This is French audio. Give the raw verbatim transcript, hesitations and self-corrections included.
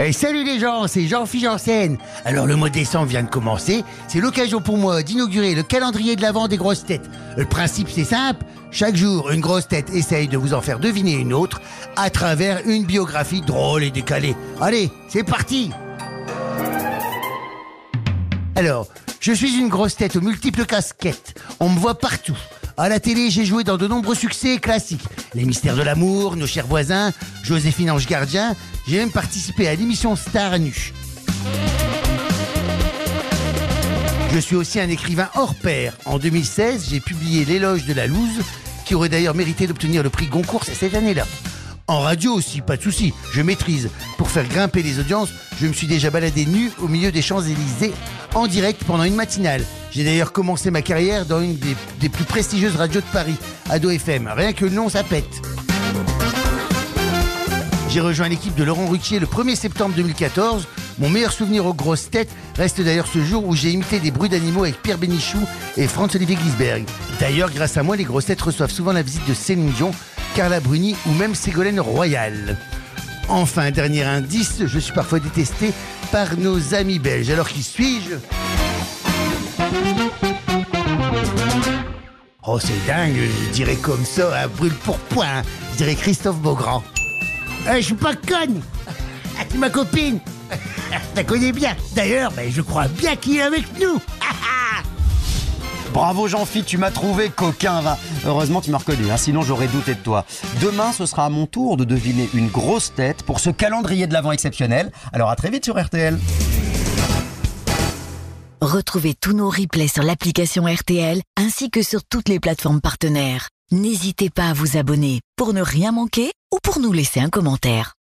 Eh, salut les gens, c'est Jean-Philippe Janssen. Alors le mois de décembre vient de commencer, c'est l'occasion pour moi d'inaugurer le calendrier de l'Avent des grosses têtes. Le principe c'est simple, chaque jour une grosse tête essaye de vous en faire deviner une autre à travers une biographie drôle et décalée. Allez, c'est parti. Alors, je suis une grosse tête aux multiples casquettes, on me voit partout. À la télé, j'ai joué dans de nombreux succès classiques. Les Mystères de l'amour, Nos chers voisins, Joséphine Ange Gardien. J'ai même participé à l'émission Star Nu. Je suis aussi un écrivain hors pair. En deux mille seize, j'ai publié L'éloge de la loose, qui aurait d'ailleurs mérité d'obtenir le prix Goncourt cette année-là. En radio aussi, pas de souci, je maîtrise. Pour faire grimper les audiences, je me suis déjà baladé nu au milieu des Champs-Élysées en direct pendant une matinale. J'ai d'ailleurs commencé ma carrière dans une des, des plus prestigieuses radios de Paris, Ado F M. Rien que le nom, ça pète. J'ai rejoint l'équipe de Laurent Ruquier le premier septembre deux mille quatorze. Mon meilleur souvenir aux grosses têtes reste d'ailleurs ce jour où j'ai imité des bruits d'animaux avec Pierre Bénichou et Franz-Olivier Gisberg. D'ailleurs, grâce à moi, les grosses têtes reçoivent souvent la visite de Céline Dion, Carla Bruni ou même Ségolène Royal. Enfin, dernier indice, je suis parfois détesté par nos amis belges. Alors qui suis-je ? Oh, c'est dingue, je dirais comme ça, à brûle pour point. Je dirais Christophe Beaugrand. Euh, je suis pas conne. C'est ma copine. Je la connais bien. D'ailleurs, ben, je crois bien qu'il est avec nous. Bravo Jean-Philippe, tu m'as trouvé coquin. Va. Heureusement tu m'as reconnu, hein, sinon j'aurais douté de toi. Demain, ce sera à mon tour de deviner une grosse tête pour ce calendrier de l'Avent exceptionnel. Alors à très vite sur R T L. Retrouvez tous nos replays sur l'application R T L ainsi que sur toutes les plateformes partenaires. N'hésitez pas à vous abonner pour ne rien manquer ou pour nous laisser un commentaire.